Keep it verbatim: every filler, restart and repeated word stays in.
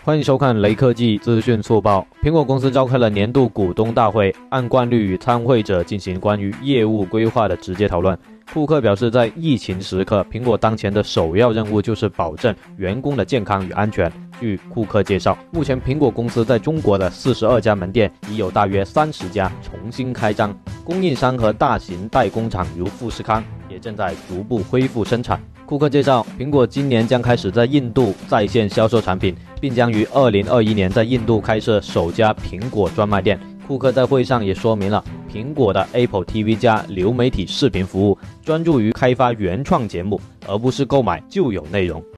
欢迎收看雷科技资讯速报。苹果公司召开了年度股东大会，按惯例与参会者进行关于业务规划的直接讨论。库克表示，在疫情时刻，苹果当前的首要任务就是保证员工的健康与安全。据库克介绍，目前苹果公司在中国的四十二家门店已有大约三十家重新开张，供应商和大型代工厂如富士康也正在逐步恢复生产。库克介绍，苹果今年将开始在印度在线销售产品，并将于二零二一年在印度开设首家苹果专卖店。库克在会上也说明了苹果的 Apple T V 加流媒体视频服务，专注于开发原创节目，而不是购买旧有内容。